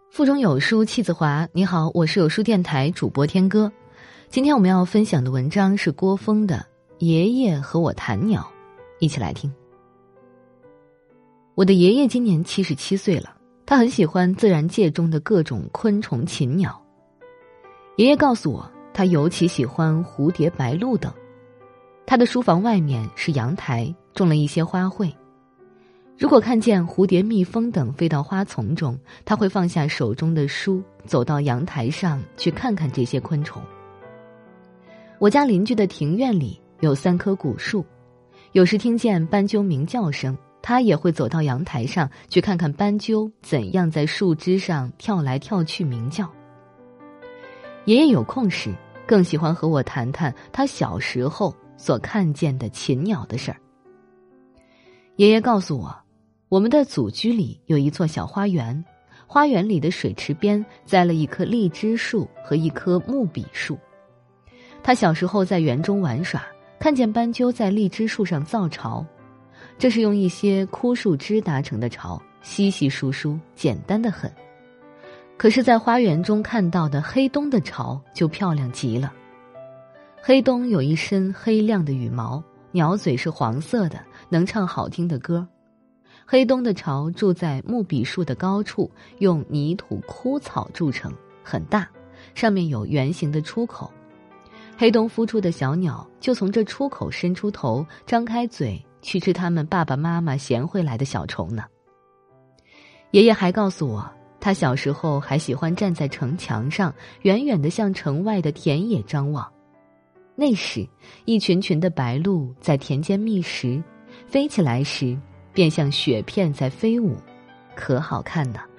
腹中有书气自华。你好，我是有书电台主播天歌。今天我们要分享的文章是郭峰的《爷爷和我谈鸟》，一起来听。我的爷爷今年77岁了，他很喜欢自然界中的各种昆虫禽鸟。爷爷告诉我，他尤其喜欢蝴蝶、白鹭等。他的书房外面是阳台，种了一些花卉。如果看见蝴蝶、蜜蜂等飞到花丛中，他会放下手中的书，走到阳台上去看看这些昆虫。我家邻居的庭院里有3棵古树，有时听见斑鸠鸣叫声，他也会走到阳台上去看看斑鸠怎样在树枝上跳来跳去鸣叫。爷爷有空时更喜欢和我谈谈他小时候所看见的禽鸟的事儿。爷爷告诉我，我们的祖居里有一座小花园，花园里的水池边栽了一棵荔枝树和一棵木笔树。他小时候在园中玩耍，看见斑鸠在荔枝树上造巢，这是用一些枯树枝搭成的巢，稀稀疏疏，简单得很。可是在花园中看到的黑鸫的巢就漂亮极了。黑鸫有一身黑亮的羽毛，鸟嘴是黄色的，能唱好听的歌。黑鸫的巢住在木笔树的高处，用泥土枯草筑成，很大，上面有圆形的出口。黑鸫孵出的小鸟就从这出口伸出头，张开嘴去吃它们爸爸妈妈衔回来的小虫呢。爷爷还告诉我，他小时候还喜欢站在城墙上，远远地向城外的田野张望。那时一群群的白鹭在田间觅食，飞起来时便像雪片在飞舞，可好看呢。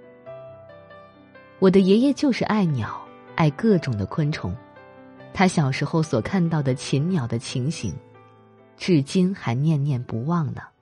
我的爷爷就是爱鸟，爱各种的昆虫。他小时候所看到的禽鸟的情形，至今还念念不忘呢。